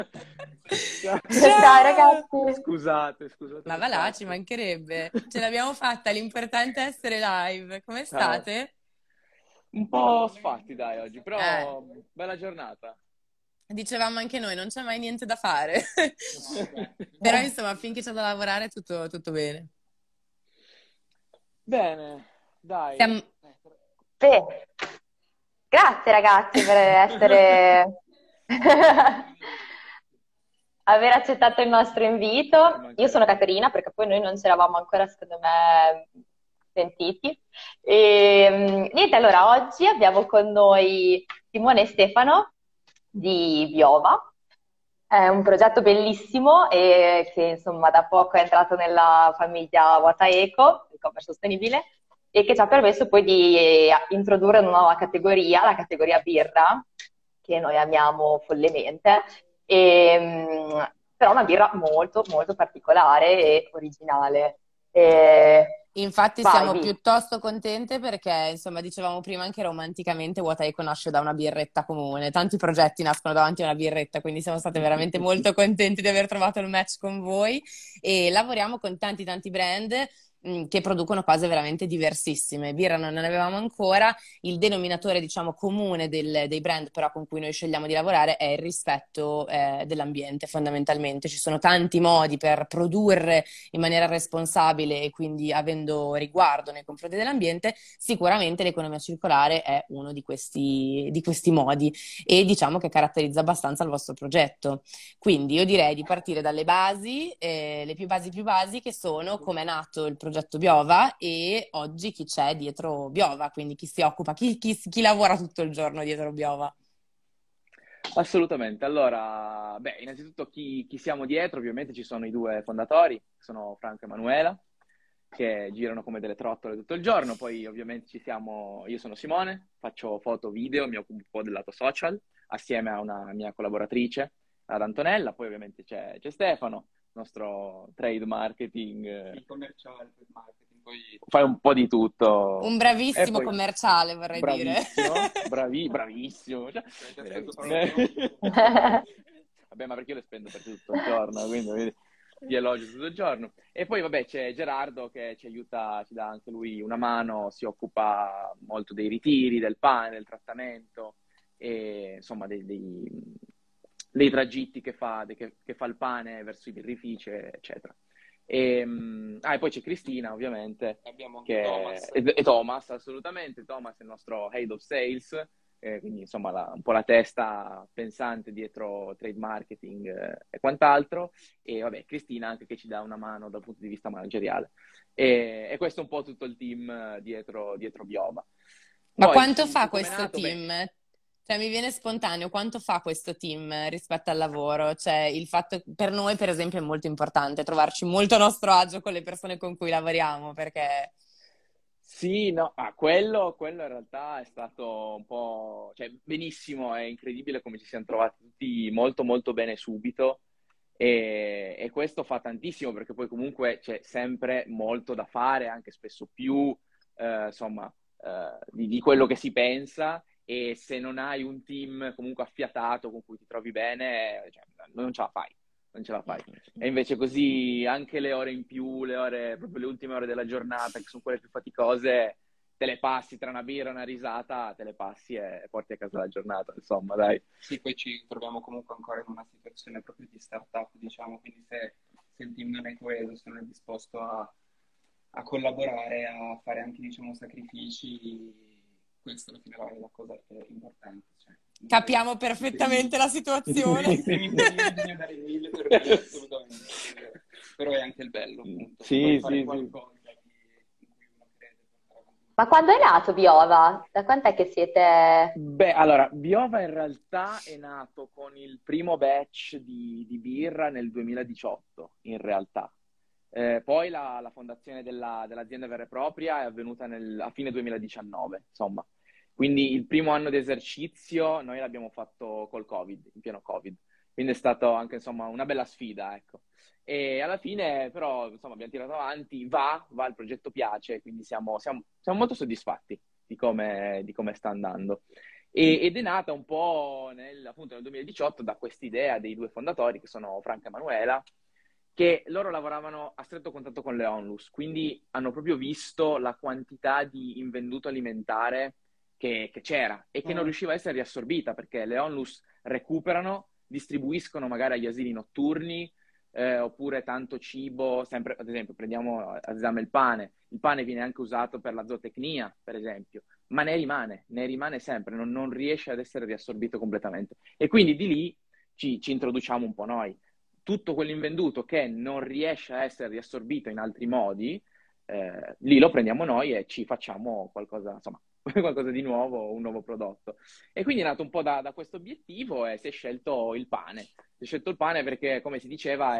Ciao ragazzi. Scusate Ma per va là, ci questo. mancherebbe. Ce l'abbiamo fatta, l'importante è essere live. Come Ciao. state? Un po' sfatti dai oggi, Eh, però bella giornata. dicevamo anche noi, non c'è mai niente da fare. Però insomma, finché c'è da lavorare, tutto bene. Bene, dai. Siamo... Beh, grazie ragazzi per essere aver accettato il nostro Ci invito. Io sono mancherebbe. Caterina, perché poi noi non ci eravamo ancora, secondo me, sentiti. E, niente, allora oggi abbiamo con noi Simone e Stefano di Biova. È un progetto bellissimo e che insomma da poco è entrato nella famiglia Wata Eco, il commercio sostenibile, e che ci ha permesso poi di introdurre una nuova categoria, la categoria birra, che noi amiamo follemente, e, però una birra molto molto particolare e originale. Infatti Vai, siamo di. piuttosto contente perché, insomma, dicevamo prima anche romanticamente, What Eco nasce da una birretta comune. Tanti progetti nascono davanti a una birretta, quindi siamo state veramente molto contenti di aver trovato il match con voi e lavoriamo con tanti brand che producono cose veramente diversissime. Birra non ne avevamo ancora, il denominatore, diciamo, comune dei brand però con cui noi scegliamo di lavorare è il rispetto dell'ambiente, fondamentalmente. Ci sono tanti modi per produrre in maniera responsabile e quindi avendo riguardo nei confronti dell'ambiente, sicuramente l'economia circolare è uno di questi modi e diciamo che caratterizza abbastanza il vostro progetto. Quindi io direi di partire dalle basi, le più basi che sono come è nato il progetto Biova e oggi chi c'è dietro Biova, quindi chi si occupa, chi lavora tutto il giorno dietro Biova. Assolutamente. Allora, beh, innanzitutto chi siamo dietro, ovviamente ci sono i due fondatori, che sono Franco e Emanuela, che girano come delle trottole tutto il giorno. Poi ovviamente ci siamo, io sono Simone, faccio foto, video, mi occupo un po' del lato social, assieme a una mia collaboratrice, ad Antonella. Poi ovviamente c'è Stefano, nostro trade marketing. Il commerciale, il marketing, poi Fai un po' di tutto. Un E bravissimo poi commerciale, vorrei dire. bravissimo, bravissimo. Cioè, avete speso proprio. vabbè, ma perché io le spendo per tutto il giorno, quindi vedi, ti elogio tutto il giorno. E poi vabbè c'è Gerardo che ci aiuta, ci dà anche lui una mano, si occupa molto dei ritiri, del pane, del trattamento e insomma dei tragitti che fa il pane verso i birrifici, eccetera. E poi c'è Cristina, ovviamente, Abbiamo anche Thomas. e Thomas, assolutamente. Thomas è il nostro Head of Sales, quindi insomma un po' la testa pensante dietro trade marketing e quant'altro. E vabbè, Cristina anche che ci dà una mano dal punto di vista manageriale. E questo è un po' tutto il team dietro Biova. Ma Poi quanto fa come è questo nato? Beh, team? Cioè, mi viene spontaneo, quanto fa questo team rispetto al lavoro? Cioè, il fatto, per noi, per esempio, è molto importante trovarci molto a nostro agio con le persone con cui lavoriamo, perché sì, no, quello in realtà è stato un po', cioè benissimo, è incredibile come ci siamo trovati tutti molto molto bene subito e questo fa tantissimo perché poi comunque c'è sempre molto da fare, anche spesso più, insomma, di quello che si pensa e se non hai un team comunque affiatato con cui ti trovi bene, cioè, non ce la fai, non ce la fai. E invece così anche le ore in più, le ore, proprio le ultime ore della giornata, che sono quelle più faticose, te le passi tra una birra e una risata, te le passi e porti a casa la giornata, insomma, dai. Sì, poi ci troviamo comunque ancora in una situazione proprio di startup, diciamo, quindi se il team non è coeso, se non è disposto a collaborare, a fare anche, diciamo, sacrifici, questa alla fine è la cosa importante. Cioè, comunque, capiamo perfettamente la situazione. i primi periodi bisogna dare il 1000 per dire assolutamente. Però è anche il bello, appunto. Poi Sì, fare sì, sì. qualcosa in cui uno crede per andare avanti. Ma quando è nato Biova? Da quant'è che siete? Beh, allora, Biova in realtà è nato con il primo batch di birra nel 2018, in realtà. Poi la fondazione dell'azienda vera e propria è avvenuta a fine 2019, insomma. Quindi il primo anno di esercizio noi l'abbiamo fatto col Covid, in pieno Covid. Quindi è stato anche, insomma, una bella sfida, ecco. E alla fine, però, insomma, abbiamo tirato avanti, il progetto piace, quindi siamo molto soddisfatti di come sta andando. Ed è nata un po' appunto nel 2018 da quest'idea dei due fondatori, che sono Franca e Manuela, che loro lavoravano a stretto contatto con le onlus, quindi hanno proprio visto la quantità di invenduto alimentare che c'era e che non riusciva a essere riassorbita, perché le onlus recuperano, distribuiscono magari agli asili notturni, oppure tanto cibo, sempre, ad esempio, prendiamo ad esame il pane viene anche usato per la zootecnia, per esempio, ma ne rimane sempre, non riesce ad essere riassorbito completamente. E quindi di lì ci introduciamo un po' noi. Tutto quell'invenduto che non riesce a essere riassorbito in altri modi, lì lo prendiamo noi e ci facciamo qualcosa, insomma, qualcosa di nuovo, un nuovo prodotto. E quindi è nato un po' da questo obiettivo e si è scelto il pane. Si è scelto il pane perché, come si diceva,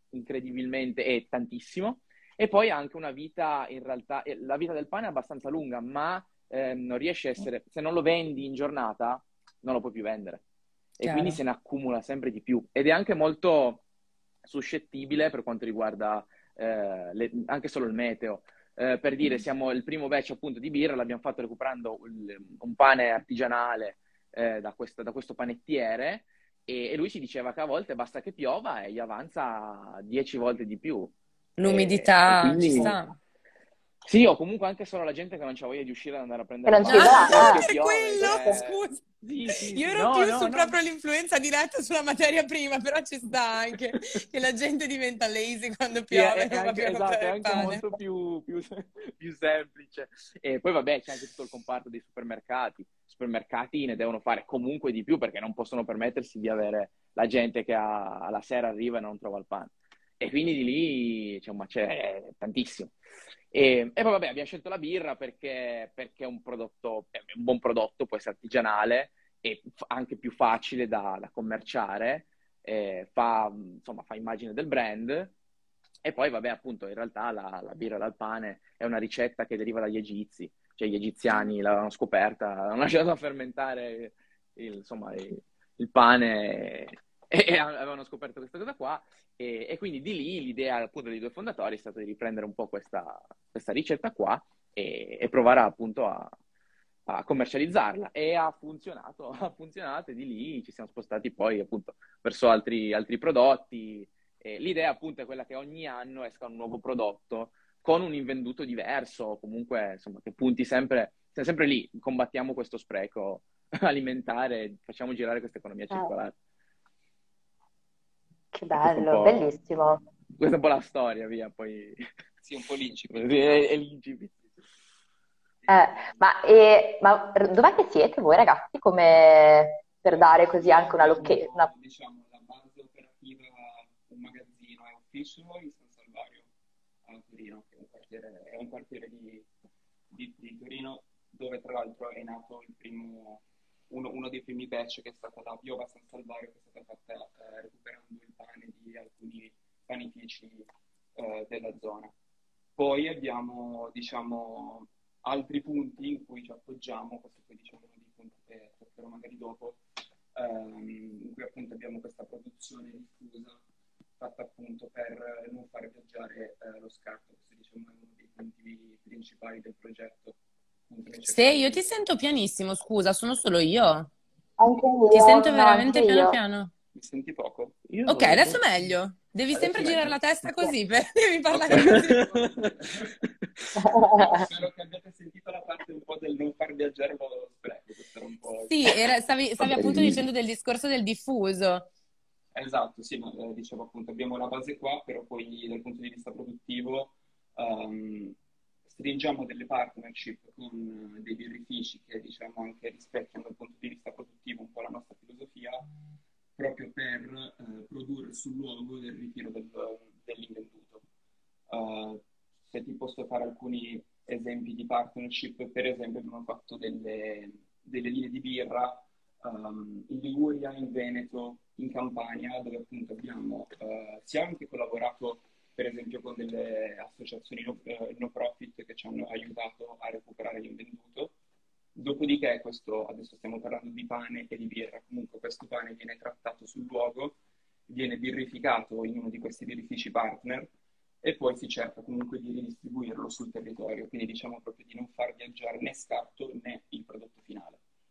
è tantissimo. E poi ha anche una vita, in realtà, la vita del pane è abbastanza lunga, ma non riesce a essere, se non lo vendi in giornata, non lo puoi più vendere. E quindi Chiaro. se ne accumula sempre di più. Ed è anche molto suscettibile per quanto riguarda anche solo il meteo. Per dire, siamo il primo batch appunto di birra, l'abbiamo fatto recuperando un pane artigianale da questo panettiere e lui ci diceva che a volte basta che piova e gli avanza 10 volte di più. E L'umidità ci quindi sta. sì, o comunque anche solo la gente che non c'ha voglia di uscire ad andare a Che prendere il non ci pane va, perché Per piove. quello, Cioè... scusa. Sì, sì, Io sì. ero No, più no, su no. proprio l'influenza diretta sulla materia prima, però ci sta anche che la gente diventa lazy quando Sì, piove e non va anche, più a esatto, è comprare il anche pane. molto più semplice. E poi vabbè, c'è anche tutto il comparto dei supermercati. I supermercati ne devono fare comunque di più perché non possono permettersi di avere la gente che alla sera arriva e non trova il pane. E quindi di lì c'è tantissimo. E poi vabbè, abbiamo scelto la birra perché è un prodotto, è un buon prodotto, può essere artigianale e anche più facile da commerciare, insomma, fa immagine del brand. E poi, vabbè, appunto, in realtà la birra dal pane è una ricetta che deriva dagli egizi, cioè gli egiziani l'avevano scoperta, hanno lasciato fermentare insomma, il pane e avevano scoperto questa cosa qua. E quindi di lì l'idea appunto dei due fondatori è stata di riprendere un po' questa ricetta qua e provare appunto a commercializzarla e ha funzionato e di lì ci siamo spostati poi appunto verso altri prodotti. E l'idea appunto è quella che ogni anno esca un nuovo prodotto con un invenduto diverso, comunque insomma che punti sempre lì, combattiamo questo spreco alimentare, facciamo girare questa economia circolare. Che Questo è bello, bellissimo. questa è un po' la storia, via, poi Sì, un po' l'incipit. è l'incipit. Ma dov'è che siete voi ragazzi? Come per dare così anche una locchetta? Diciamo, la base operativa, un magazzino è ufficio in San Salvario a Torino, che è un quartiere di Torino, dove tra l'altro è nato uno dei primi batch che è stata la Biova San Salvario, che è stata fatta recuperando il pane di alcuni panifici della zona. Poi abbiamo, diciamo, altri punti in cui ci appoggiamo, questo poi diciamo uno dei punti che toccherò magari dopo, in cui appunto abbiamo questa produzione diffusa fatta appunto per non far viaggiare lo scarto. Questo diciamo è uno dei punti principali del progetto. Se io ti sento pianissimo, scusa, sono solo io. Anche Ti io, sento no, anche veramente piano io. piano. Mi senti poco? Ok, adesso meglio. Devi Adesso sempre girare meglio? la testa così, devi parlare così. Ok. Spero che abbiate sentito la parte un po' del non far viaggiare lo spreco. Questo era un po'... Sì, stavi appunto dicendo del discorso del diffuso. Esatto, sì, ma, dicevo appunto, abbiamo la base qua, però poi dal punto di vista produttivo stringiamo delle partnership con dei birrifici che diciamo anche rispecchiano dal punto di vista produttivo un po' la nostra filosofia, proprio per produrre sul luogo del ritiro dell'invenduto. Se ti posso fare alcuni esempi di partnership, per esempio abbiamo fatto delle linee di birra in Liguria, in Veneto, in Campania, dove appunto abbiamo sia anche collaborato per esempio con delle associazioni no profit che ci hanno aiutato a recuperare l'invenduto. Dopodiché, adesso stiamo parlando di pane e di birra, comunque questo pane viene trattato sul luogo, viene birrificato in uno di questi birrifici partner e poi si cerca comunque di ridistribuirlo sul territorio, quindi diciamo proprio di non far viaggiare né scarto né il prodotto finale.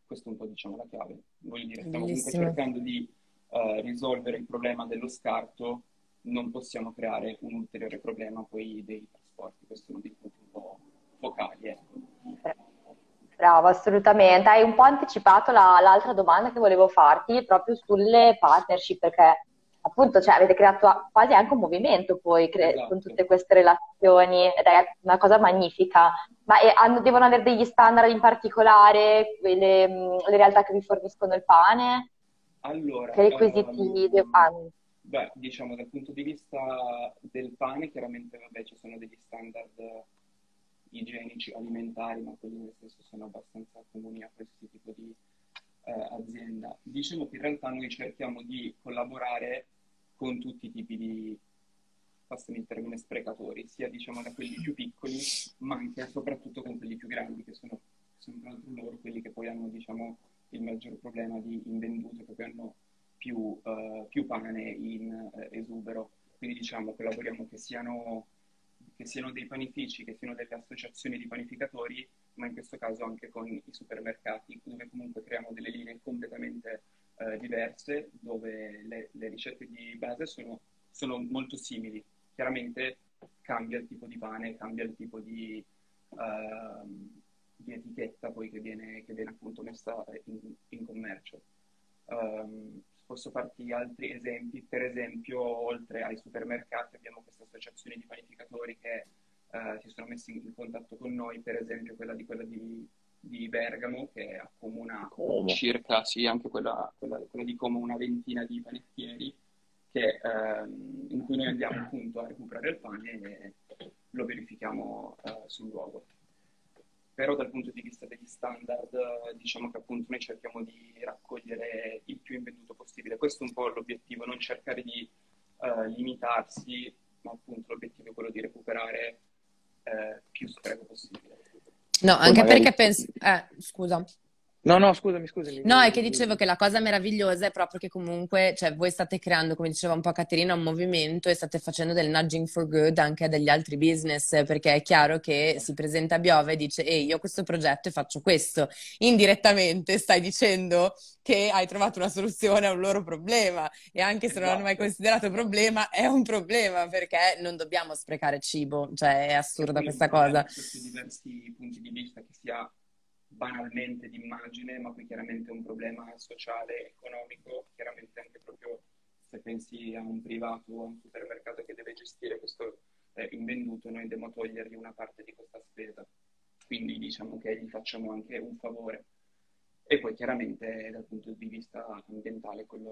Questa è un po', diciamo, la chiave. Voglio dire, stiamo comunque Bellissimo. cercando di risolvere il problema dello scarto, non possiamo creare un ulteriore problema poi dei trasporti. Questo è uno dei punti un po' focali, ecco. Bravo, assolutamente. Hai un po' anticipato l'altra domanda che volevo farti proprio sulle partnership, perché appunto cioè, avete creato quasi anche un movimento poi con Esatto. tutte queste relazioni ed è una cosa magnifica. Ma devono avere degli standard in particolare, le realtà che vi forniscono il pane? Allora, Che requisiti hanno? beh, diciamo dal punto di vista del pane, chiaramente vabbè, ci sono degli standard igienici alimentari, ma quelli nel senso sono abbastanza comuni a questo tipo di azienda. Diciamo che in realtà noi cerchiamo di collaborare con tutti i tipi di, passami il termine, sprecatori, sia diciamo da quelli più piccoli, ma anche e soprattutto con quelli più grandi, che sono tra l'altro loro quelli che poi hanno, diciamo, il maggior problema di invenduto, perché hanno più pane in esubero. Quindi diciamo collaboriamo che siano dei panifici, che siano delle associazioni di panificatori, ma in questo caso anche con i supermercati, dove comunque creiamo delle linee completamente diverse, dove le ricette di base sono molto simili. Chiaramente cambia il tipo di pane, cambia il tipo di etichetta poi che viene appunto messa in commercio. Posso farti altri esempi, per esempio, oltre ai supermercati abbiamo queste associazioni di panificatori che si sono messi in contatto con noi, per esempio quella di Bergamo, che accomuna Come? circa, sì, anche quella di Como, una ventina di panettieri, in cui noi andiamo appunto a recuperare il pane e lo verifichiamo sul luogo. Però dal punto di vista degli standard, diciamo che appunto noi cerchiamo di raccogliere il più invenduto possibile. Questo è un po' l'obiettivo, non cercare di limitarsi, ma appunto l'obiettivo è quello di recuperare più spreco possibile. No, Poi anche magari... perché penso... scusa. No, no, scusami. No, è che dicevo che la cosa meravigliosa è proprio che comunque, cioè, voi state creando, come diceva un po' Caterina, un movimento e state facendo del nudging for good anche a degli altri business, perché è chiaro che si presenta a Biova e dice, ehi, io ho questo progetto e faccio questo. Indirettamente stai dicendo che hai trovato una soluzione a un loro problema e anche se non l'hanno mai Esatto. considerato problema, è un problema perché non dobbiamo sprecare cibo, cioè è Che assurda poi un questa problema cosa. sotto diversi punti di vista, che sia banalmente di immagine, ma poi chiaramente un problema sociale, economico, chiaramente anche proprio se pensi a un privato o a un supermercato che deve gestire questo invenduto, noi dobbiamo togliergli una parte di questa spesa. Quindi diciamo che gli facciamo anche un favore. E poi chiaramente dal punto di vista ambientale quello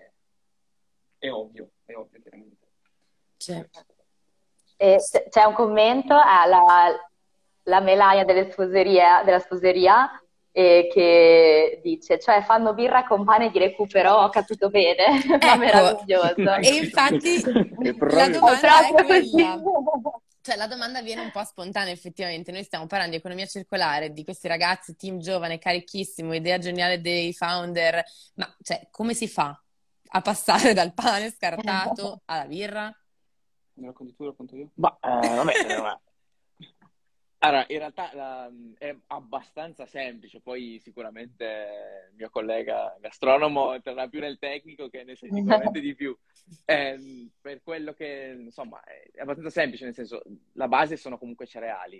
è ovvio chiaramente. Cioè, E c'è un commento la Melania della sposeria che dice, cioè fanno birra con pane di recupero, ho capito bene, ma ecco, meraviglioso. e infatti È la proprio È così. domanda è proprio così. quella. Cioè, la domanda viene un po' spontanea, effettivamente. Noi stiamo parlando di economia circolare, di questi ragazzi, team giovane, carichissimo, idea geniale dei founder, ma cioè, come si fa a passare dal pane scartato alla birra? Me lo racconti tu, lo racconto io? Ma vabbè, allora, in realtà è abbastanza semplice, poi sicuramente il mio collega gastronomo entrerà più nel tecnico che ne sa sicuramente di più. Per quello che, insomma, è abbastanza semplice, nel senso, la base sono comunque cereali.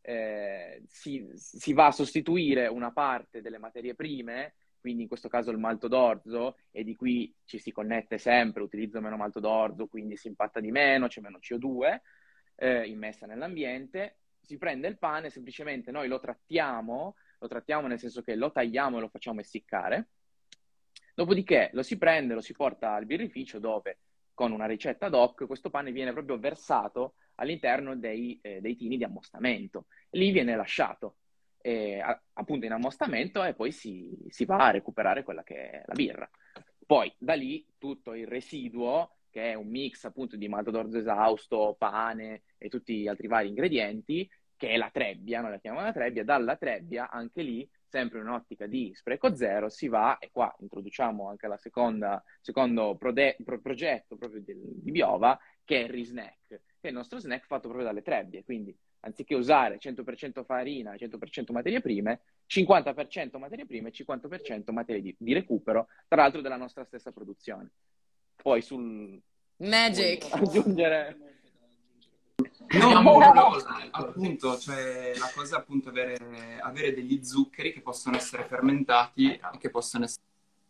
Si va a sostituire una parte delle materie prime, quindi in questo caso il malto d'orzo, e di qui ci si connette sempre, utilizzo meno malto d'orzo, quindi si impatta di meno, c'è meno CO2 immessa nell'ambiente. Si prende il pane, semplicemente noi lo trattiamo nel senso che lo tagliamo e lo facciamo essiccare, dopodiché lo si prende, lo si porta al birrificio dove con una ricetta ad hoc questo pane viene proprio versato all'interno dei tini di ammostamento, e lì viene lasciato appunto in ammostamento e poi si va a recuperare quella che è la birra. Poi da lì tutto il residuo, che è un mix appunto di malto d'orzo esausto, pane e tutti gli altri vari ingredienti, che è la trebbia, noi la chiamiamo la trebbia, dalla trebbia anche lì, sempre in un'ottica di spreco zero, si va, e qua introduciamo anche la secondo progetto proprio di Biova, che è il Risnack, che è il nostro snack fatto proprio dalle trebbie, quindi anziché usare 100% farina, 100% materie prime, 50% materie prime e 50% materie di recupero, tra l'altro della nostra stessa produzione. Poi vuoi Magic. aggiungere? No, no, appunto, cioè la cosa è appunto avere degli zuccheri che possono essere fermentati e che possono essere...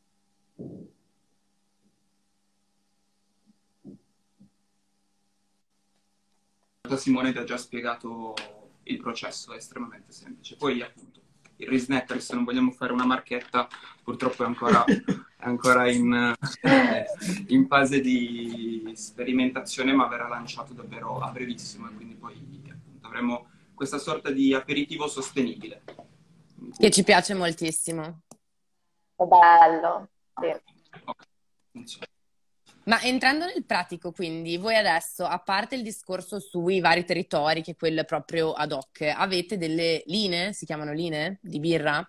Simone ti ha già spiegato il processo, è estremamente semplice. Poi appunto il Risnacker, se non vogliamo fare una marchetta, purtroppo è ancora in fase di sperimentazione, ma verrà lanciato davvero a brevissimo e quindi poi appunto avremo questa sorta di aperitivo sostenibile. Che ci piace moltissimo. Che bello, sì. Ok. Ma entrando nel pratico, quindi, voi adesso, a parte il discorso sui vari territori, che è quello proprio ad hoc, avete delle linee, si chiamano linee, di birra?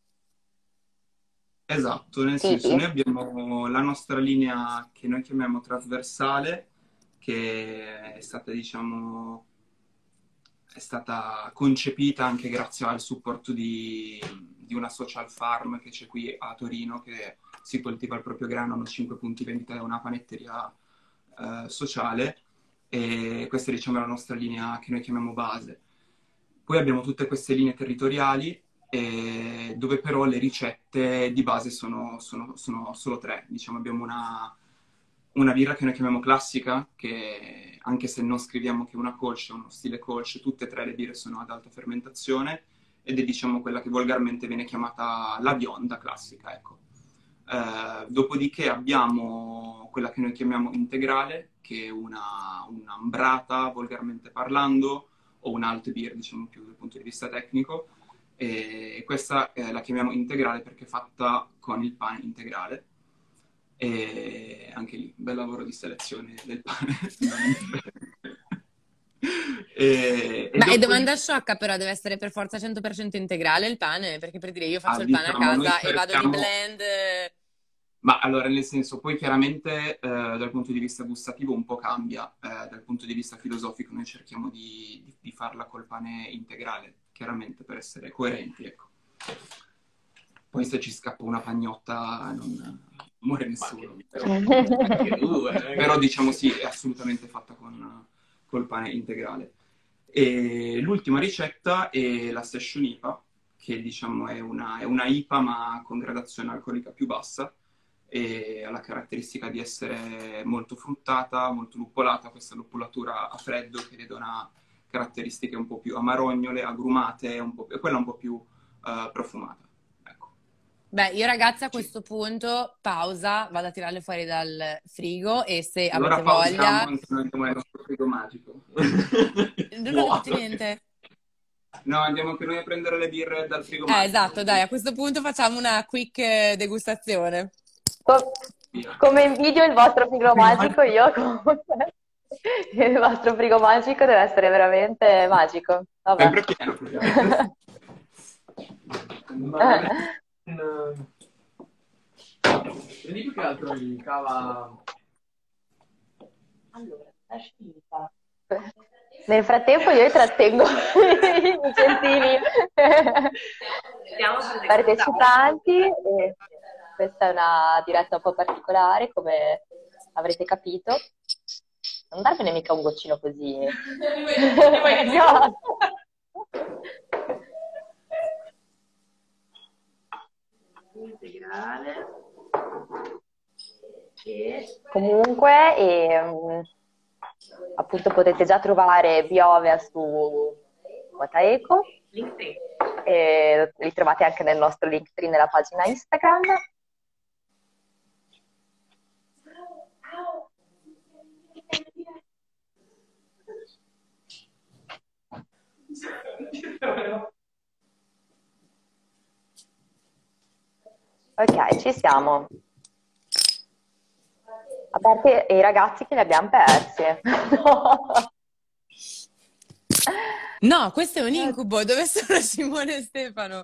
Esatto, nel Sì, senso noi abbiamo la nostra linea che noi chiamiamo trasversale, che è stata, diciamo, è stata concepita anche grazie al supporto di una social farm che c'è qui a Torino, che si coltiva il proprio grano, hanno 5 punti vendita, è una panetteria sociale, e questa diciamo è la nostra linea che noi chiamiamo base. Poi abbiamo tutte queste linee territoriali, dove però le ricette di base sono solo 3. Diciamo, abbiamo una birra che noi chiamiamo classica, che anche se non scriviamo che è una colch, è uno stile colch, tutte e 3 le birre sono ad alta fermentazione, ed è diciamo quella che volgarmente viene chiamata la bionda classica, ecco. Dopodiché abbiamo quella che noi chiamiamo integrale, che è un'ambrata, volgarmente parlando, o un alt beer, diciamo più dal punto di vista tecnico, e questa la chiamiamo integrale perché è fatta con il pane integrale, e anche lì, bel lavoro di selezione del pane. Ma è Dopo domanda sciocca, però deve essere per forza 100% integrale il pane? Perché per dire, io faccio il pane a diciamo, noi casa e vado di cerchiamo... blend. Ma allora, nel senso, poi chiaramente dal punto di vista gustativo un po' cambia, dal punto di vista filosofico noi cerchiamo di farla col pane integrale, chiaramente per essere coerenti, ecco. Poi se ci scappa una pagnotta non muore nessuno. Però diciamo sì, è assolutamente fatta col pane integrale. E l'ultima ricetta è la Session IPA, che diciamo è una IPA ma con gradazione alcolica più bassa, e ha la caratteristica di essere molto fruttata, molto luppolata, questa luppolatura a freddo che le dona caratteristiche un po' più amarognole, agrumate, e quella un po' più profumata. Ecco. Beh, io ragazzi a Sì. questo punto, pausa, vado a tirarle fuori dal frigo e se Allora avete pausiamo, voglia... anche noi andiamo nel nostro frigo magico. Non ho detto niente. No, andiamo anche noi a prendere le birre dal frigo magico. Esatto, dai, a questo punto facciamo una quick degustazione. Come invidio il vostro frigo magico, io comunque. Il vostro frigo magico deve essere veramente magico. Vabbè. Sempre pieno. Vedi più che altro il cava... Allora, nel frattempo io trattengo i vicentini partecipanti. E questa è una diretta un po' particolare, come avrete capito. Non darmene mica un goccino così. No. Integrale. Comunque, appunto potete già trovare Biovea su Wataeco, e li trovate anche nel nostro Linktree nella pagina Instagram. Ok, ci siamo. A parte i ragazzi che li abbiamo persi. No, questo è un incubo. Dove sono Simone e Stefano?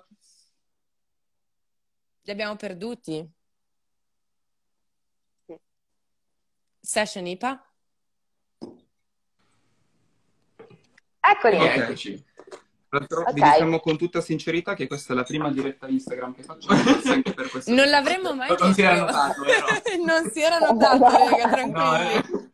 Li abbiamo perduti. Sì. Session IPA? Eccoli. Ok, eccoci. Tra l'altro, vi Ok. diciamo con tutta sincerità che questa è la prima diretta Instagram che facciamo, forse anche per questo. Non l'avremmo mai Non si era detto. notato, vero? Non si era notato, raga, No, tranquilli.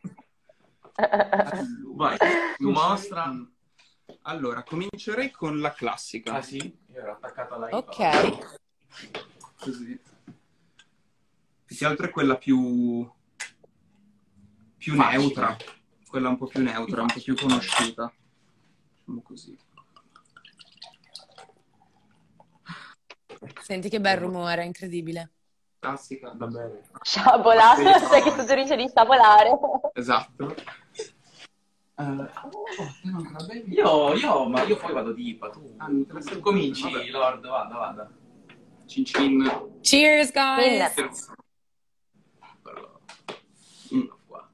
Vai, tu mostra. Allora, comincerei con la classica. Ah sì? Io ero attaccato alla Ok. Così. Più che altro è quella più Facile. neutra. Quella un po' più neutra, un po' più conosciuta. Diciamo così. Senti che bel rumore, incredibile. Classica. Va bene. Sciabolare, sai che suggerisce di sciabolare. Esatto. Ma io poi vado dipa, tu. non te la sei- Cominci, vabbè. Lord, vada. Cin cin. Cheers, guys! Eccolo Mm. qua.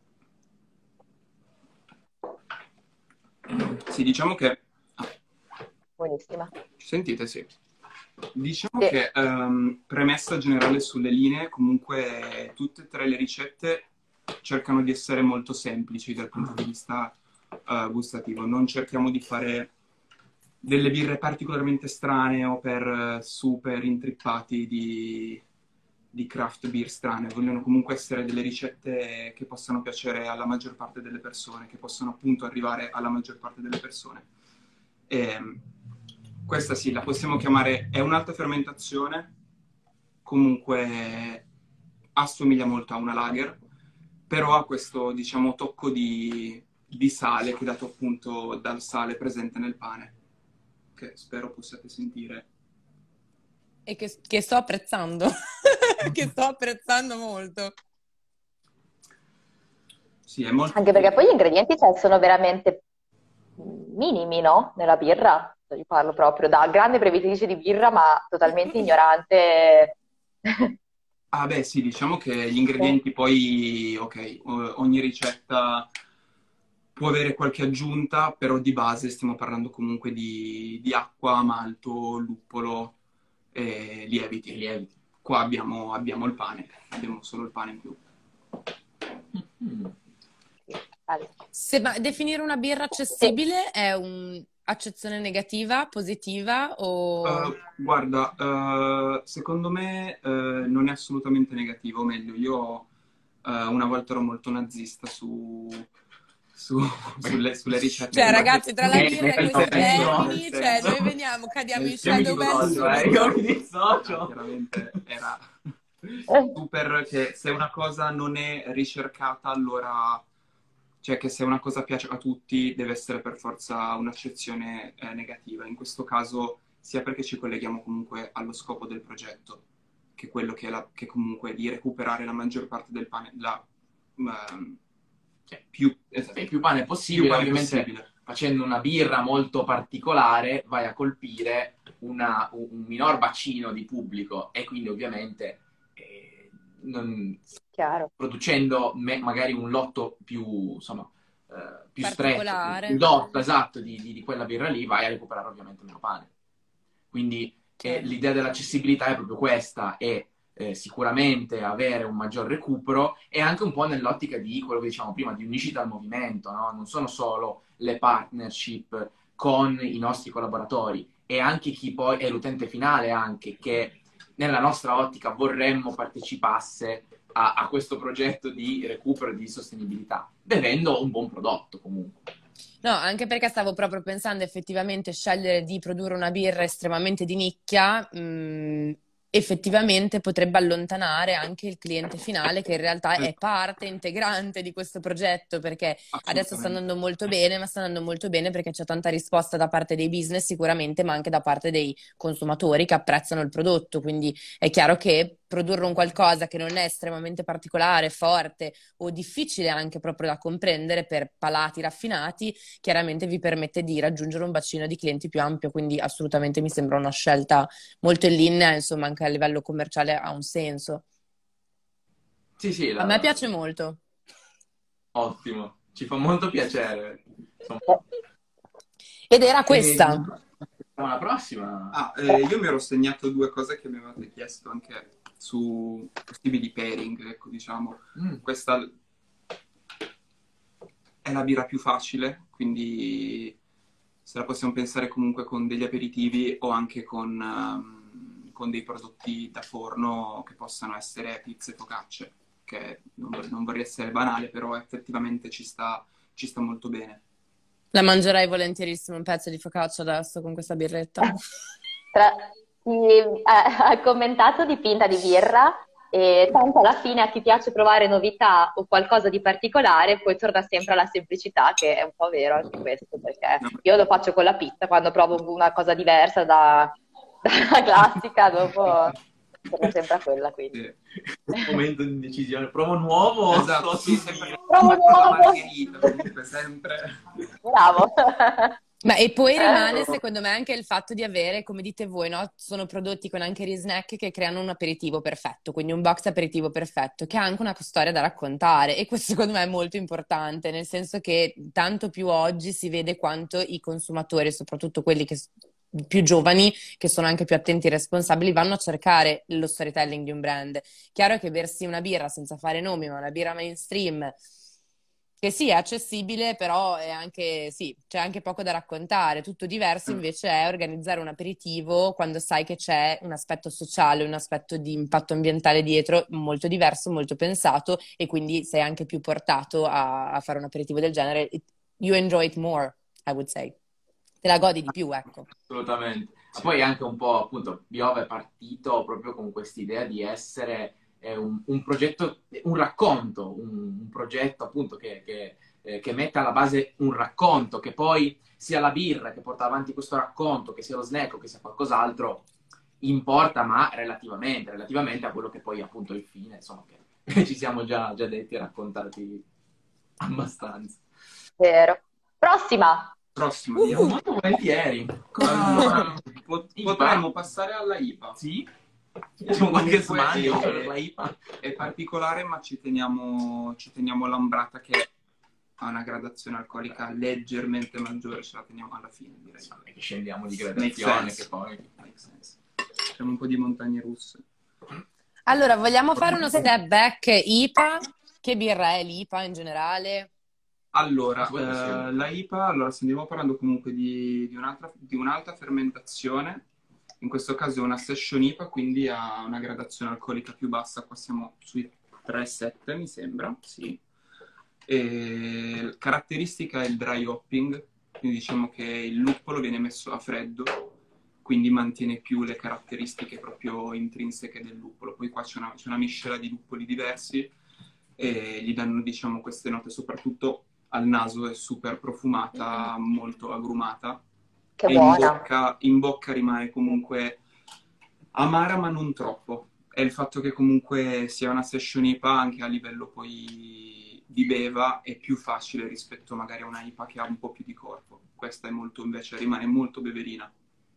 Sì, diciamo che... Buonissima. Ci sentite? Sì. Diciamo Sì. che premessa generale sulle linee, comunque tutte e tre le ricette cercano di essere molto semplici dal punto di vista gustativo. Non cerchiamo di fare delle birre particolarmente strane o per super intrippati di craft beer strane. Vogliono comunque essere delle ricette che possano piacere alla maggior parte delle persone, che possano appunto arrivare alla maggior parte delle persone. Questa sì, la possiamo chiamare, è un'alta fermentazione, comunque assomiglia molto a una lager, però ha questo, diciamo, tocco di sale che è dato appunto dal sale presente nel pane, che spero possiate sentire. E che sto apprezzando. Che sto apprezzando molto. Sì, è molto... Anche perché poi gli ingredienti, cioè, sono veramente minimi, no? Nella birra. Io parlo proprio da grande bevitrice di birra, ma totalmente ignorante. Ah beh sì, diciamo che gli ingredienti poi, ok, ogni ricetta può avere qualche aggiunta, però di base stiamo parlando comunque di acqua, malto, luppolo e lieviti. Qua abbiamo il pane, abbiamo solo il pane in più. Ma definire una birra accessibile è un'accezione negativa, positiva o... Guarda, secondo me non è assolutamente negativo, o meglio, io una volta ero molto nazista sulle ricette. Cioè, ragazzi, tra la birra e questi termini, nel cioè, senso- noi veniamo, cadiamo in nel shadow senso- ban Io mi subito. dissocio. Chiaramente era super che se una cosa non è ricercata, allora, cioè che se una cosa piace a tutti, deve essere per forza un'accezione negativa. In questo caso, sia perché ci colleghiamo comunque allo scopo del progetto, che quello che comunque è di recuperare la maggior parte del pane, esatto, Il più pane possibile, più pane ovviamente possibile. facendo una birra molto particolare vai a colpire un minor bacino di pubblico e quindi ovviamente Chiaro. producendo magari un lotto più, insomma, più stretto, Particolare. più dotto, esatto, di quella birra lì, vai a recuperare ovviamente meno pane. Quindi Certo. l'idea dell'accessibilità è proprio questa, e sicuramente avere un maggior recupero e anche un po' nell'ottica di quello che diciamo prima, di unicità al movimento, no? Non sono solo le partnership con i nostri collaboratori, e anche chi poi è l'utente finale, anche che nella nostra ottica vorremmo partecipasse a questo progetto di recupero e di sostenibilità, bevendo un buon prodotto comunque. No, anche perché stavo proprio pensando effettivamente scegliere di produrre una birra estremamente di nicchia, effettivamente potrebbe allontanare anche il cliente finale che in realtà è parte integrante di questo progetto, perché adesso sta andando molto bene, ma sta andando molto bene perché c'è tanta risposta da parte dei business sicuramente, ma anche da parte dei consumatori che apprezzano il prodotto, quindi è chiaro che produrre un qualcosa che non è estremamente particolare, forte o difficile anche proprio da comprendere per palati raffinati, chiaramente vi permette di raggiungere un bacino di clienti più ampio, quindi assolutamente mi sembra una scelta molto in linea, insomma anche a livello commerciale ha un senso. Sì, A me piace molto. Ottimo, ci fa molto piacere. Ed era questa. La prossima. Io mi ero segnato due cose che mi avevate chiesto anche su possibili pairing, ecco, diciamo. Questa è la birra più facile, quindi se la possiamo pensare comunque con degli aperitivi o anche con dei prodotti da forno che possano essere pizze e focacce, che non vorrei essere banale, però effettivamente ci sta molto bene. La mangerai volentierissimo un pezzo di focaccia adesso con questa birretta. Tra- ha commentato di pinta di birra e tanto alla fine a chi piace provare novità o qualcosa di particolare poi torna sempre alla semplicità, che è un po' vero anche questo, perché No, io lo faccio con la pizza quando provo una cosa diversa dalla classica, dopo torno sempre a quella, quindi. sì. Momento di indecisione. Provo nuovo o Esatto, sto sì, su sempre Provo con la nuovo! margherita, comunque sempre. Bravo! Ma e poi rimane secondo me anche il fatto di avere, come dite voi, no? Sono prodotti con anche gli snack che creano un aperitivo perfetto, quindi un box aperitivo perfetto, che ha anche una storia da raccontare e questo secondo me è molto importante, nel senso che tanto più oggi si vede quanto i consumatori, soprattutto quelli più giovani, che sono anche più attenti e responsabili, vanno a cercare lo storytelling di un brand. Chiaro che bersi una birra senza fare nomi, ma una birra mainstream che sì, è accessibile, però è anche, sì, c'è anche poco da raccontare. Tutto diverso invece è organizzare un aperitivo quando sai che c'è un aspetto sociale, un aspetto di impatto ambientale dietro, molto diverso, molto pensato, e quindi sei anche più portato a fare un aperitivo del genere. You enjoy it more, I would say. Te la godi di più, ecco. Assolutamente. Ma poi anche un po', appunto, Biove è partito proprio con quest'idea di essere un progetto, un racconto, un progetto appunto che mette alla base un racconto, che poi sia la birra che porta avanti questo racconto, che sia lo snack o che sia qualcos'altro, importa, ma relativamente a quello che poi appunto è il fine, insomma, che ci siamo già detti e raccontati abbastanza. Vero. Prossima! Prossimo, andiamo. Molto volentieri. Allora, IPA? potremmo passare alla IPA. Sì? Facciamo qualche Comunque sbaglio per la IPA. è particolare, ma ci teniamo l'ambrata che ha una gradazione alcolica leggermente maggiore, ce la teniamo alla fine, direi. Non è che scendiamo di Make gradazione, sense. che poi... Make sense. Facciamo un po' di montagne russe. Allora, vogliamo fare uno step back IPA? Che birra è l'IPA in generale? Allora, Quello sì. la IPA, allora stiamo parlando comunque di un'alta fermentazione, in questo caso è una session IPA, quindi ha una gradazione alcolica più bassa, qua siamo sui 3,7 mi sembra, sì. E caratteristica è il dry hopping, quindi diciamo che il luppolo viene messo a freddo, quindi mantiene più le caratteristiche proprio intrinseche del luppolo. Poi qua c'è una miscela di luppoli diversi e gli danno, diciamo, queste note, soprattutto al naso è super profumata, molto agrumata. Che E buona! in bocca rimane comunque amara, ma non troppo. È il fatto che comunque sia una session IPA anche a livello poi di beva è più facile rispetto magari a una IPA che ha un po' più di corpo. Questa è molto, invece, rimane molto beverina.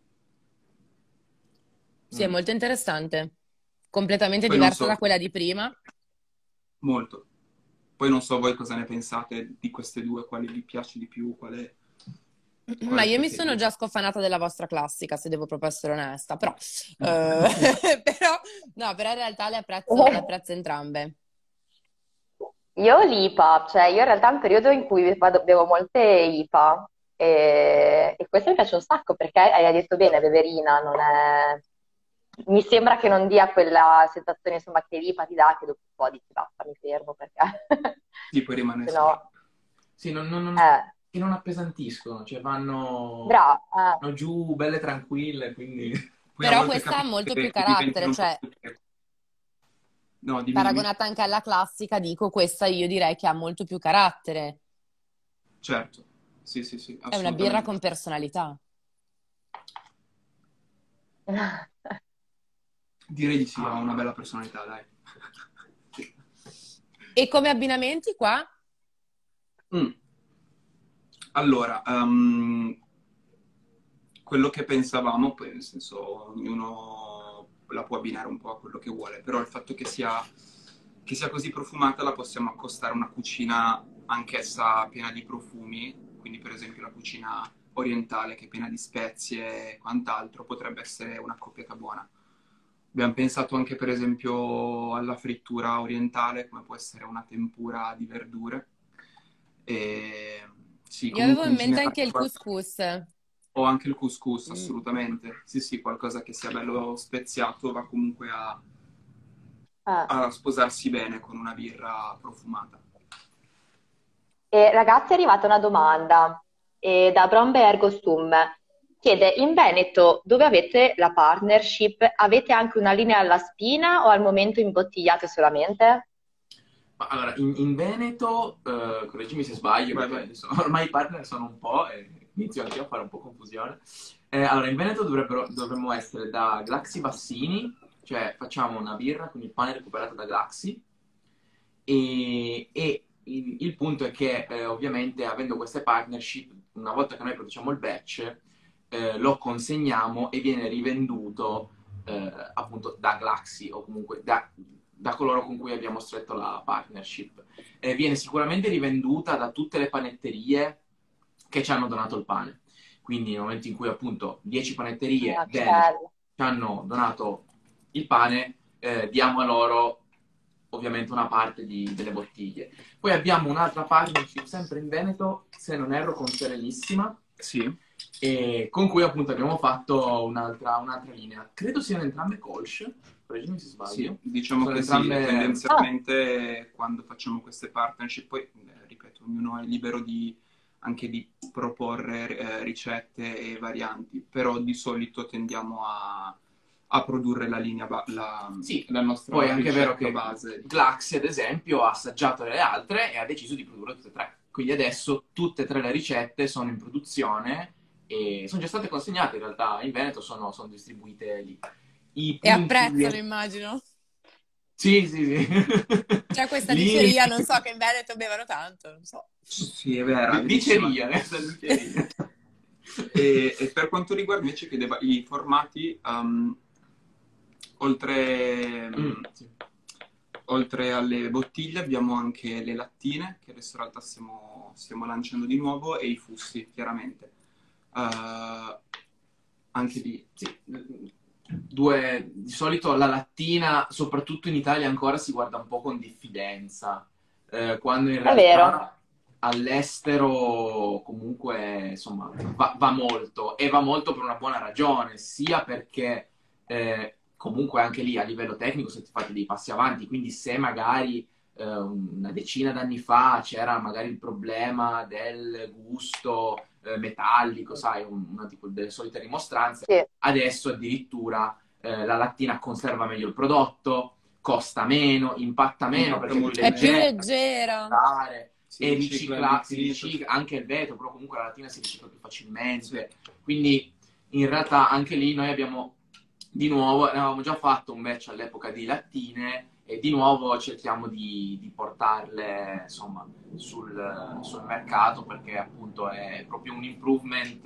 Sì, è molto interessante. Completamente Poi non diversa so, da quella di prima. molto. Poi non so voi cosa ne pensate di queste due, quale vi piace di più, Ma quale io mi sono preferite. già scofanata della vostra classica, se devo proprio essere onesta, però, no, però in realtà le apprezzo entrambe. Io l'IPA, cioè io in realtà è un periodo in cui bevo molte IPA e questo mi piace un sacco perché hai detto bene, beverina, non è... Mi sembra che non dia quella sensazione insomma che l'IPA ti dà che dopo un po' dici basta, mi fermo perché Sì, poi rimane se solo. no... Sì, Eh, che non appesantiscono, cioè vanno brava, giù belle tranquille, quindi... Poi a Però volte questa ha capita molto più che diventino carattere, un po' cioè più... No, dimmi. paragonata anche alla classica, dico, questa io direi che ha molto più carattere. Certo, sì, sì, sì, È una birra assolutamente. con personalità. Direi di sì, ha una bella personalità, dai. Sì. E come abbinamenti qua? Mm. Allora, quello che pensavamo, poi nel senso ognuno la può abbinare un po' a quello che vuole, però il fatto che sia così profumata la possiamo accostare a una cucina anch'essa piena di profumi, quindi per esempio la cucina orientale che è piena di spezie e quant'altro potrebbe essere una coppiata buona. Abbiamo pensato anche per esempio alla frittura orientale, come può essere una tempura di verdure. E sì, Io avevo comunque in in mente anche generale... il couscous. O anche il couscous, Mm. assolutamente. Sì, sì, qualcosa che sia bello speziato va comunque Ah. a sposarsi bene con una birra profumata. E ragazzi, è arrivata una domanda da Brombe Ergostum. Chiede, in Veneto, dove avete la partnership, avete anche una linea alla spina o al momento imbottigliate solamente? Ma allora, in Veneto, correggimi se sbaglio, Vai, perché vai. adesso, ormai i partner sono un po' e inizio anche io a fare un po' confusione. Allora, in Veneto dovremmo essere da Glaxi Bassini, cioè facciamo una birra con il pane recuperato da Glaxi, e il punto è che ovviamente avendo queste partnership, una volta che noi produciamo il batch, lo consegniamo e viene rivenduto appunto da Glaxy o comunque da coloro con cui abbiamo stretto la partnership. Viene sicuramente rivenduta da tutte le panetterie che ci hanno donato il pane. Quindi nel momento in cui appunto 10 panetterie Ah, che venete bello. ci hanno donato il pane, diamo a loro ovviamente una parte delle bottiglie. Poi abbiamo un'altra partnership sempre in Veneto, se non erro, con Serenissima, Sì. e con cui appunto abbiamo fatto un'altra linea. Credo siano entrambe Kolsch, correggimi se Sì, sbaglio. diciamo Sono che sì, entrambe... Ah, tendenzialmente quando facciamo queste partnership, poi ripeto, ognuno è libero anche di proporre ricette e varianti, però di solito tendiamo a produrre la linea, Sì, la poi è nostra anche vero ricetta che base. Glaxy, ad esempio, ha assaggiato le altre e ha deciso di produrre tutte e tre. Quindi adesso tutte e tre le ricette sono in produzione e sono già state consegnate in realtà in Veneto, sono distribuite lì. I E punti... apprezzano, immagino. Sì, sì, sì. C'è questa Lì... diceria, non so, che in Veneto bevano tanto, non so. Sì, è vera, è verissima. Diceria, questa diceria. E per quanto riguarda invece chiedeva i formati, oltre, Sì. oltre alle bottiglie abbiamo anche le lattine, che adesso in realtà stiamo lanciando di nuovo, e i fusti, chiaramente. Anche lì, Sì, di solito la lattina, soprattutto in Italia ancora, si guarda un po' con diffidenza, quando in è vero. realtà all'estero comunque insomma va molto e va molto per una buona ragione, sia perché comunque anche lì a livello tecnico siete fatti dei passi avanti, quindi se magari una decina d'anni fa c'era magari il problema del gusto metallico, sai, una di delle solite rimostranze. Sì. Adesso addirittura la lattina conserva meglio il prodotto, costa meno, impatta meno perché è più È più leggera, leggera. si ricicla si l'infinito. ricicla anche il vetro, però comunque la lattina si ricicla più facilmente. Quindi in realtà anche lì noi abbiamo di nuovo, ne avevamo già fatto un match all'epoca di lattine e di nuovo cerchiamo di portarle insomma sul mercato perché appunto è proprio un improvement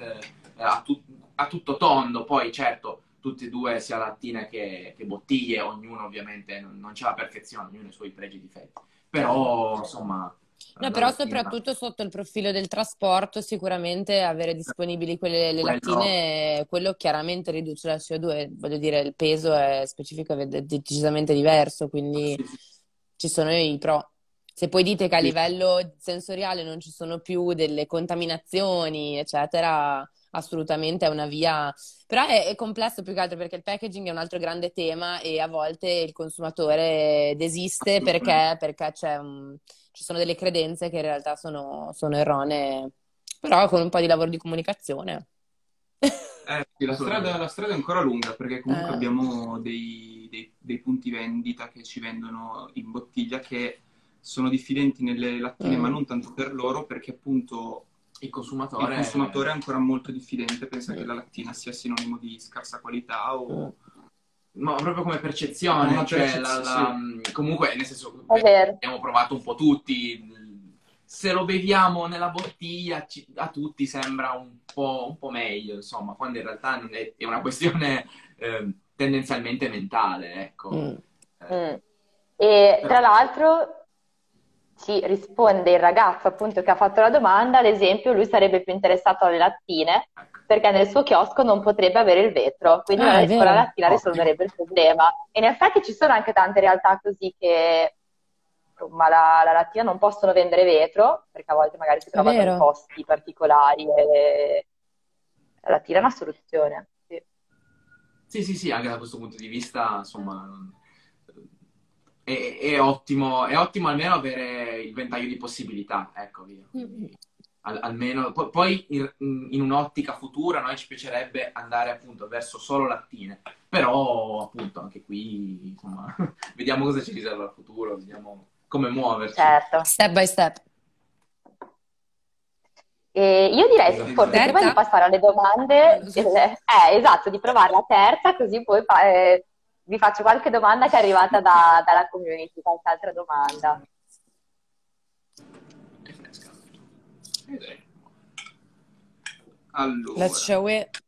a tutto tondo. Poi certo tutti e due sia lattine che bottiglie, ognuno ovviamente non c'è la perfezione, ognuno ha i suoi pregi e difetti, però insomma No, la però lattina soprattutto sotto il profilo del trasporto, sicuramente avere disponibili le quello lattine, quello chiaramente riduce la CO2, voglio dire, il peso è specifico ed è decisamente diverso, quindi sì, sì, ci sono i pro. Se poi dite che a Sì. livello sensoriale non ci sono più delle contaminazioni, eccetera, assolutamente è una via. Però è complesso più che altro perché il packaging è un altro grande tema e a volte il consumatore desiste Assolutamente. perché ci sono delle credenze che in realtà sono erronee, però con un po' di lavoro di comunicazione. Sì, assolutamente. la strada è ancora lunga perché comunque Eh, abbiamo dei punti vendita che ci vendono in bottiglia che sono diffidenti nelle lattine, ma mm, non tanto per loro, perché appunto Il il consumatore consumatore è ancora molto diffidente, pensa che mm, la lattina sia sinonimo di scarsa qualità mm. o ma proprio come ha percezione, una cioè percezione. comunque nel senso È vero. abbiamo provato un po' tutti, se lo beviamo nella bottiglia a tutti sembra un po' meglio, insomma, quando in realtà non è una questione tendenzialmente mentale, ecco. Mm. Mm. E Però, tra l'altro ci risponde il ragazzo appunto che ha fatto la domanda, ad esempio, lui sarebbe più interessato alle lattine ecco, perché nel suo chiosco non potrebbe avere il vetro, quindi Ah, è magari con la vero. lattina ottimo. risolverebbe il problema. E in effetti ci sono anche tante realtà così che insomma, la lattina non possono vendere vetro perché a volte magari si È trovano in vero. posti particolari alla fine è una soluzione. Sì. Sì, anche da questo punto di vista, insomma, è ottimo almeno avere il ventaglio di possibilità, ecco, via. Quindi, almeno, poi in un'ottica futura a noi ci piacerebbe andare appunto verso solo lattine, però appunto anche qui, insomma, vediamo cosa ci riserva il futuro, vediamo come muoverci. Certo. Step by step. E io direi Esatto. forse prima di Terza? passare alle domande, esatto, di provare la terza, così poi vi faccio qualche domanda che è arrivata dalla community, qualche altra domanda. È fresca. Allora, Let's show it.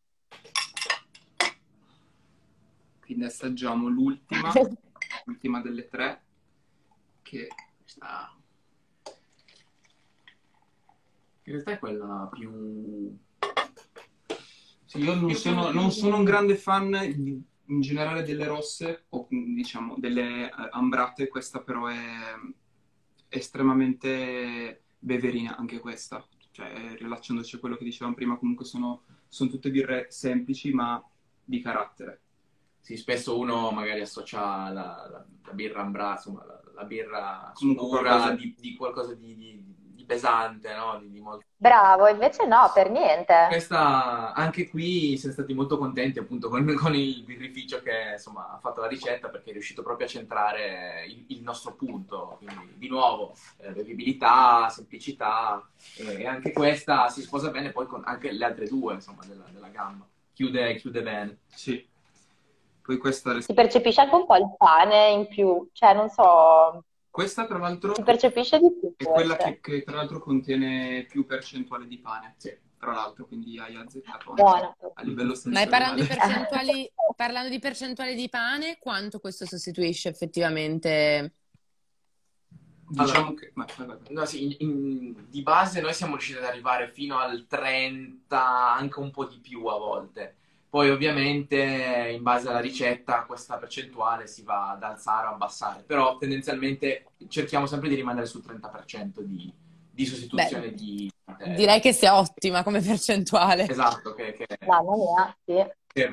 quindi assaggiamo l'ultima delle tre, che Questa in realtà è quella più... sì, io non sono un grande fan in generale delle rosse, o diciamo delle ambrate, questa però è estremamente beverina anche questa. Cioè, rilacciandoci a quello che dicevamo prima, comunque sono tutte birre semplici ma di carattere. Sì, spesso uno magari associa la birra ambra, insomma, la birra Comunque scura qualcosa- di qualcosa di pesante, no? Di molto... Bravo, invece no, per niente. Questa, anche qui siamo stati molto contenti appunto con il birrificio che insomma ha fatto la ricetta, perché è riuscito proprio a centrare il nostro punto, quindi di nuovo bevibilità, semplicità, e anche questa si sposa bene poi con anche le altre due insomma della gamma, chiude bene. Sì. Poi questa Si percepisce anche un po' il pane in più, cioè non so, tra l'altro si percepisce di più è quella forse. che tra l'altro contiene più percentuale di pane. Sì. Tra l'altro, quindi hai azzeccato anche Buona. a livello Ma parlando sensoriale. di percentuali di pane, quanto questo sostituisce effettivamente? Diciamo che... vai. No, sì, di base noi siamo riusciti ad arrivare fino al 30, anche un po' di più a volte. Poi ovviamente in base alla ricetta questa percentuale si va ad alzare o abbassare, però tendenzialmente cerchiamo sempre di rimanere sul 30% di sostituzione Beh, di materia. Direi che sia ottima come percentuale. Esatto, Mamma mia, sì. che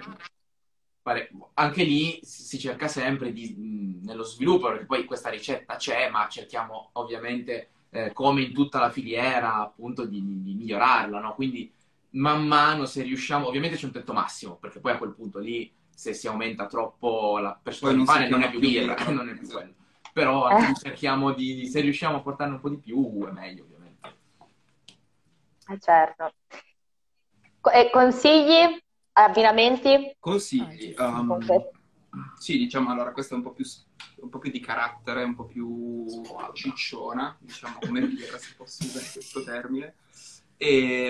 anche lì si cerca sempre nello sviluppo, perché poi questa ricetta c'è, ma cerchiamo ovviamente, come in tutta la filiera, appunto di migliorarla, no? Quindi man mano, se riusciamo, ovviamente c'è un tetto massimo, perché poi a quel punto lì, se si aumenta troppo la percentuale di Poi non pane, si non è chiama più più birra, birra. non è più quello. Però anche lì cerchiamo se riusciamo a portarne un po' di più, è meglio, ovviamente. Certo. E consigli, abbinamenti? Consigli. Con questo. Sì, diciamo, allora questa è un po' più di carattere, un po' più cicciona, diciamo, come birra, se posso usare questo termine. E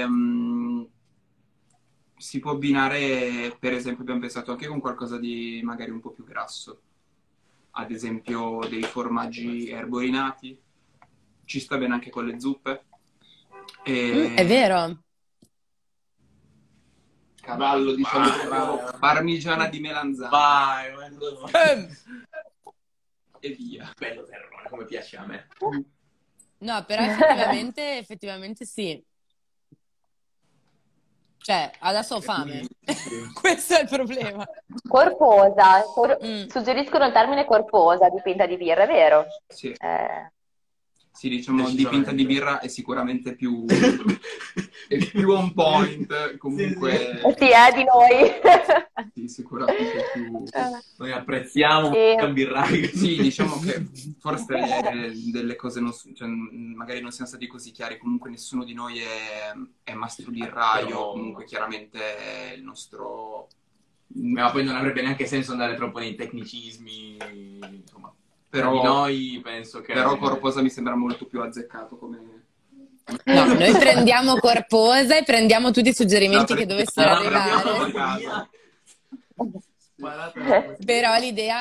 si può abbinare, per esempio, abbiamo pensato anche con qualcosa di magari un po' più grasso. Ad esempio dei formaggi erborinati. Ci sta bene anche con le zuppe. È vero. Cavallo, diciamo, Vai. parmigiana di melanzane. Vai, E via. bello terrone, come piace a me. No, però effettivamente sì. Cioè, adesso ho fame. Questo è il problema. Corposa, Mm. suggeriscono il termine corposa, dipinta di birra, è vero? Sì. Eh, Sì, diciamo, dipinta di birra è sicuramente più on point, comunque. sì, di noi. Sì, sicuramente più. Noi apprezziamo E- un birraio. Sì, diciamo che forse delle cose cioè, magari non siamo stati così chiari, comunque nessuno di noi è mastro birraio, Però- comunque chiaramente il nostro... Ma poi non avrebbe neanche senso andare troppo nei tecnicismi, insomma. Però- Di noi penso che... Però Corposa mi sembra molto più azzeccato come... No, noi prendiamo Corposa e prendiamo tutti i suggerimenti No, che dovessero no, arrivare. no, no. Però l'idea,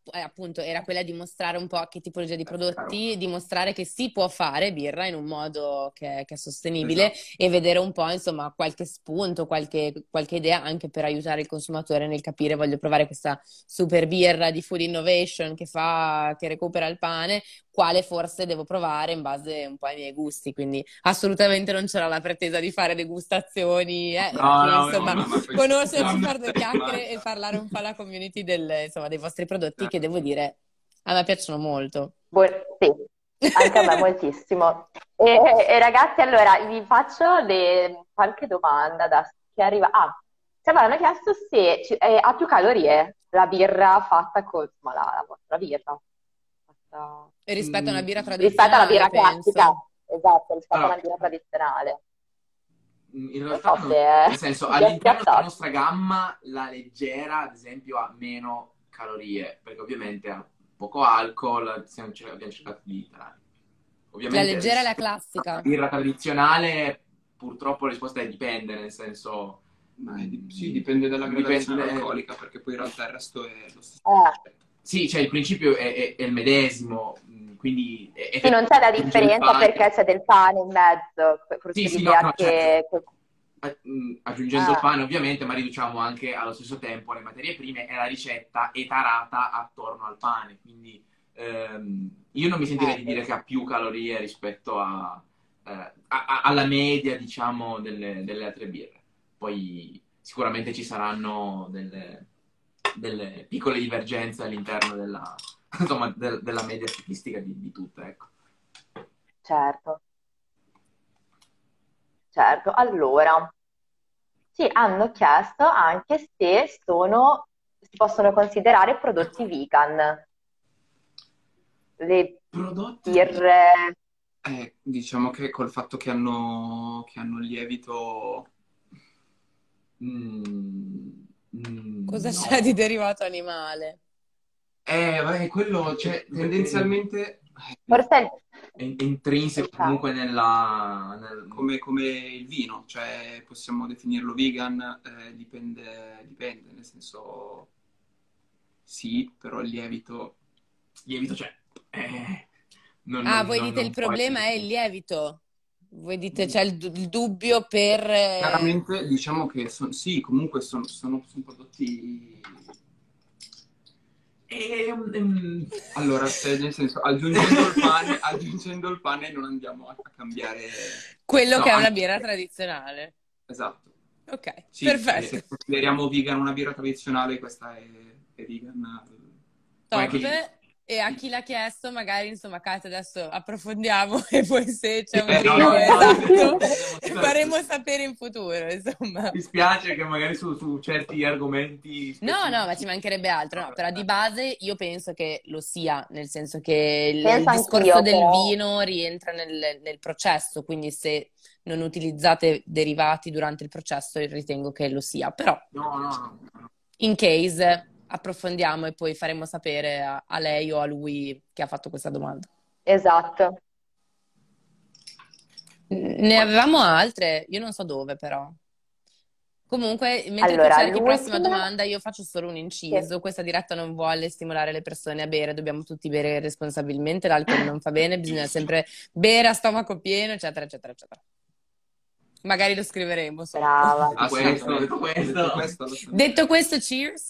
appunto era quella di mostrare un po' che tipologia di prodotti, chiaro. dimostrare che si può fare birra in un modo che è sostenibile Esatto. e vedere un po', insomma, qualche spunto, qualche idea anche per aiutare il consumatore nel capire, voglio provare questa super birra di food innovation che recupera il pane, quale forse devo provare in base un po' ai miei gusti, quindi assolutamente non c'era la pretesa di fare degustazioni, era No, più, no, insomma, ma questo conoscerci, no, fare due chiacchiere e immagino. parlare un po' alla community insomma, dei vostri prodotti che devo Certo. dire a me piacciono molto. Sì, anche a me moltissimo. E ragazzi, allora vi faccio qualche domanda da chi arriva. Ah, ci avevano chiesto se ha più calorie la birra fatta con, insomma, la vostra birra, fatta- E rispetto a una birra Mm, rispetto alla tradizionale, birra classica, penso. esatto, rispetto alla allora, birra tradizionale. in Non realtà, so se nel senso, vi è all'interno della spiazzato. nostra gamma, la leggera, ad esempio, ha meno calorie, perché ovviamente ha poco alcol, abbiamo cercato di evitare. La Ovviamente, leggera e la rispetto alla classica. birra tradizionale, purtroppo la risposta è dipende, nel senso, Ma sì, dipende dalla gradazione dipende, alcolica, perché poi in realtà il resto è lo stesso. sì, cioè il principio è il medesimo, quindi Sì, non c'è la aggiunge il differenza pane. perché c'è del pane in mezzo, Sì, forse sì, no, l'idea no, certo. che... Aggiungendo il Ah, pane ovviamente, ma riduciamo anche allo stesso tempo le materie prime e la ricetta è tarata attorno al pane, quindi io non mi sentirei di dire che ha più calorie rispetto alla media, diciamo, delle altre birre. Poi sicuramente ci saranno delle piccole divergenze all'interno insomma, della media statistica di tutte, ecco. certo, certo. Allora, sì, hanno chiesto anche se si possono considerare prodotti vegan, le Prodotti. birre. Diciamo che col fatto che hanno il lievito, Cosa No. c'è di derivato animale? Vabbè, quello, cioè, tendenzialmente, Forse è intrinseco esatto. comunque come il vino, cioè possiamo definirlo vegan, dipende, nel senso sì, però il lievito c'è. Ah, voi dite il Non può problema è il essere. lievito. Voi dite c'è il dubbio per... chiaramente diciamo che sì, comunque sono prodotti. Allora, cioè, nel senso, aggiungendo il pane non andiamo a cambiare. quello No, che è una birra tradizionale. Esatto. Ok, Sì, perfetto. se consideriamo vegan una birra tradizionale, questa è vegan. poi Top. anche E a chi l'ha chiesto, magari, insomma, Kate, adesso approfondiamo e poi se c'è un no, trigger, Sì. esatto, faremo sapere in futuro, insomma. mi spiace che magari su certi argomenti No, no, ma ci specifici. mancherebbe altro, no, però di base io penso che lo sia, nel senso che il Penso discorso anch'io, del però. vino rientra nel processo, quindi se non utilizzate derivati durante il processo ritengo che lo sia, però No. in case approfondiamo e poi faremo sapere a lei o a lui che ha fatto questa domanda. Esatto. Ne avevamo altre, io non so dove però. Comunque, mentre tu Allora, cerchi prossima l'ultima. domanda, io faccio solo un Sì. inciso. Questa diretta non vuole stimolare le persone a bere, dobbiamo tutti bere responsabilmente, l'alcol non fa bene, bisogna sempre bere a stomaco pieno, eccetera, eccetera, eccetera. Magari lo scriveremo sotto. Brava. Detto questo. Detto questo, cheers.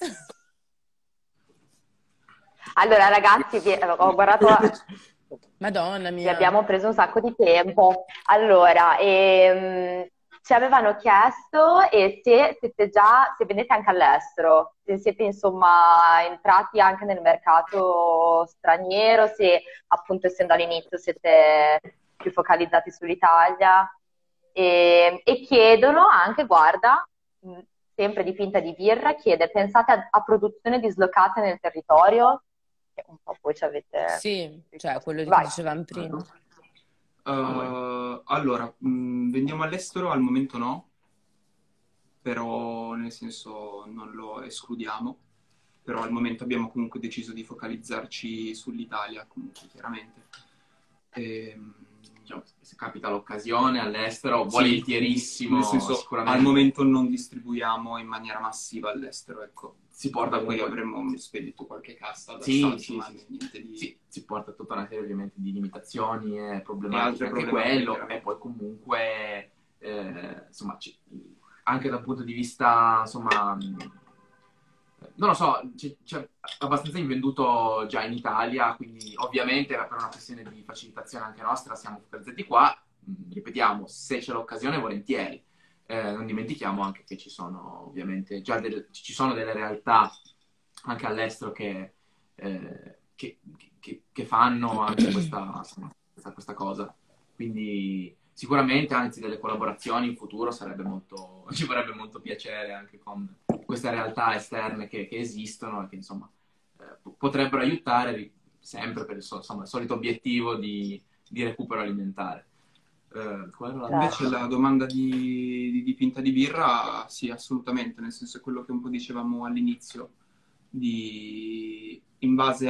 Allora, ragazzi, ho guardato, Madonna vi mia. abbiamo preso un sacco di tempo. Allora, ci avevano chiesto se se vendete anche all'estero, se siete insomma entrati anche nel mercato straniero, se appunto essendo all'inizio siete più focalizzati sull'Italia. E chiedono anche, guarda, sempre di Pinta di Birra, chiede, pensate a produzioni dislocate nel territorio? Che un po' voi ci avete Sì, cioè risposto. quello che Vai. dicevamo prima. Allora, vendiamo all'estero al momento no, però nel senso non lo escludiamo, però al momento abbiamo comunque deciso di focalizzarci sull'Italia, comunque chiaramente. Diciamo, se capita l'occasione all'estero, Sì, volentierissimo, nel senso, sicuramente. al momento non distribuiamo in maniera massiva all'estero, ecco. si porta Poi comunque... avremmo spedito qualche cassa da Sì, Stato, sì, ma sì, niente di... sì, si porta tutta una serie ovviamente di limitazioni e E problematiche, altre anche problematiche, quello, e chiaramente. poi comunque, insomma, anche dal punto di vista, insomma, non lo so, c'è abbastanza invenduto già in Italia, quindi ovviamente per una questione di facilitazione anche nostra siamo focalizzati qua, ripetiamo, se c'è l'occasione volentieri. Non dimentichiamo anche che ci sono ovviamente già ci sono delle realtà anche all'estero che fanno anche questa cosa. Quindi sicuramente, anzi, delle collaborazioni in futuro ci farebbe molto piacere anche con queste realtà esterne che esistono e che insomma potrebbero aiutare sempre per insomma, il solito obiettivo di recupero alimentare. Invece la domanda di pinta di birra, sì, assolutamente, nel senso è quello che un po' dicevamo all'inizio, in base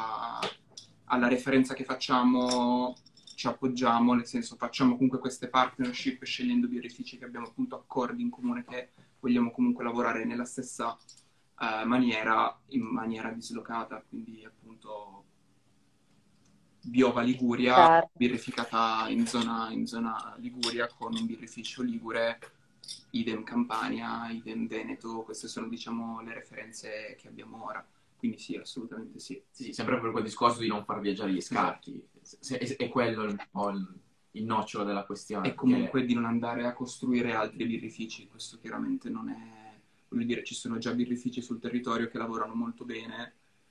alla referenza che facciamo ci appoggiamo, nel senso facciamo comunque queste partnership scegliendo birrifici che abbiamo appunto accordi in comune che vogliamo comunque lavorare nella stessa maniera, in maniera dislocata, quindi appunto Biova Liguria, Certo. birrificata in zona Liguria con un birrificio ligure, idem Campania, idem Veneto, queste sono diciamo le referenze che abbiamo ora, quindi sì, assolutamente sì. Sì, sempre per quel discorso di non far viaggiare gli scarti, è quello un po' il nocciolo della questione. E comunque di non andare a costruire altri birrifici, questo chiaramente non è, voglio dire, ci sono già birrifici sul territorio che lavorano molto bene.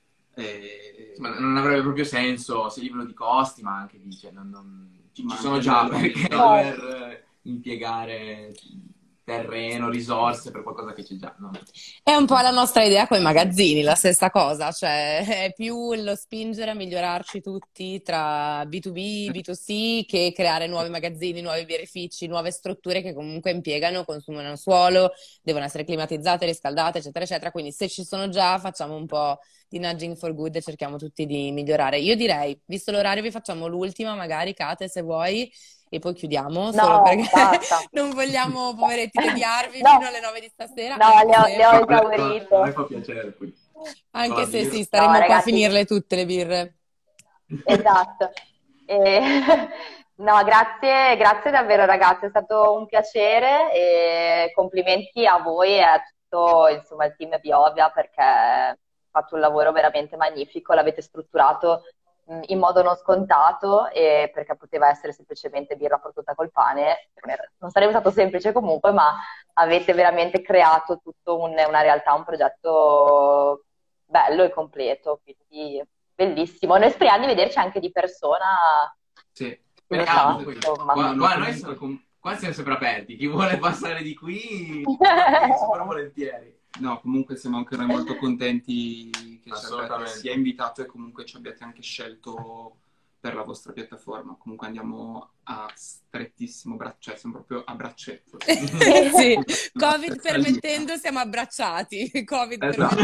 Ma non avrebbe proprio senso sia a livello di costi, ma anche di, cioè, ci Ma sono anche già, a livello perché di- dover impiegare terreno, risorse per qualcosa che c'è già. No. È un po' la nostra idea con i magazzini, la stessa cosa, cioè è più lo spingere a migliorarci tutti tra B2B, B2C, che creare nuovi magazzini, nuovi birrifici, nuove strutture che comunque impiegano, consumano suolo, devono essere climatizzate, riscaldate, eccetera, eccetera. Quindi se ci sono già, facciamo un po' di nudging for good e cerchiamo tutti di migliorare. Io direi, visto l'orario, vi facciamo l'ultima, magari, Kate, se vuoi, e poi chiudiamo, solo No, perché basta. non vogliamo, poveretti, tediarvi No, fino alle 9 di stasera, no, anche le ho se, esaurite. A me fa piacere qui. Con la anche se birra. sì, No, staremo qua a ragazzi, finirle tutte le birre. esatto. E- No, grazie davvero ragazzi, è stato un piacere e complimenti a voi e a tutto insomma, il team Biovia perché avete fatto un lavoro veramente magnifico, l'avete strutturato in modo non scontato e perché poteva essere semplicemente birra portata col pane, non sarebbe stato semplice comunque, ma avete veramente creato tutto una realtà, un progetto bello e completo, quindi bellissimo. Noi speriamo di vederci anche di persona, Sì. chi lo Speriamo, sa, poi. insomma. Qua noi qua siamo sempre aperti, chi vuole passare di qui, super volentieri. No, comunque siamo anche noi molto contenti che ci abbiate Assolutamente. sia invitato e comunque ci abbiate anche scelto per la vostra piattaforma. Comunque andiamo a strettissimo braccio, cioè siamo proprio a braccetto. Sì, No, Covid stessa permettendo, siamo abbracciati. Covid Esatto.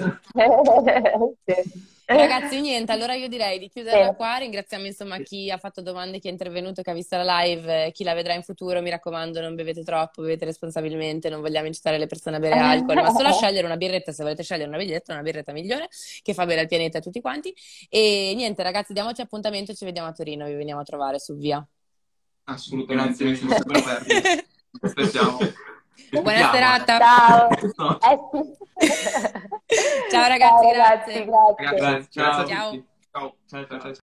permettendo. Sì. Ragazzi, niente, allora io direi di chiuderla Sì. qua. Ringraziamo insomma chi ha fatto domande, chi è intervenuto, chi ha visto la live, chi la vedrà in futuro. Mi raccomando, non bevete troppo, bevete responsabilmente, non vogliamo incitare le persone a bere alcol, ma solo a scegliere una birretta. Se volete scegliere una birretta migliore che fa bene al pianeta e a tutti quanti. E niente, ragazzi, diamoci appuntamento, ci vediamo a Torino, vi veniamo a trovare su via. Assolutamente, Grazie siamo super aperti. Aspettiamo. Buona serata. Ciao. No. Sì. Ciao ragazzi, Ciao grazie. ragazzi, grazie. Grazie, Ciao. grazie a Ciao. tutti. Ciao. Ciao, ciao, ciao.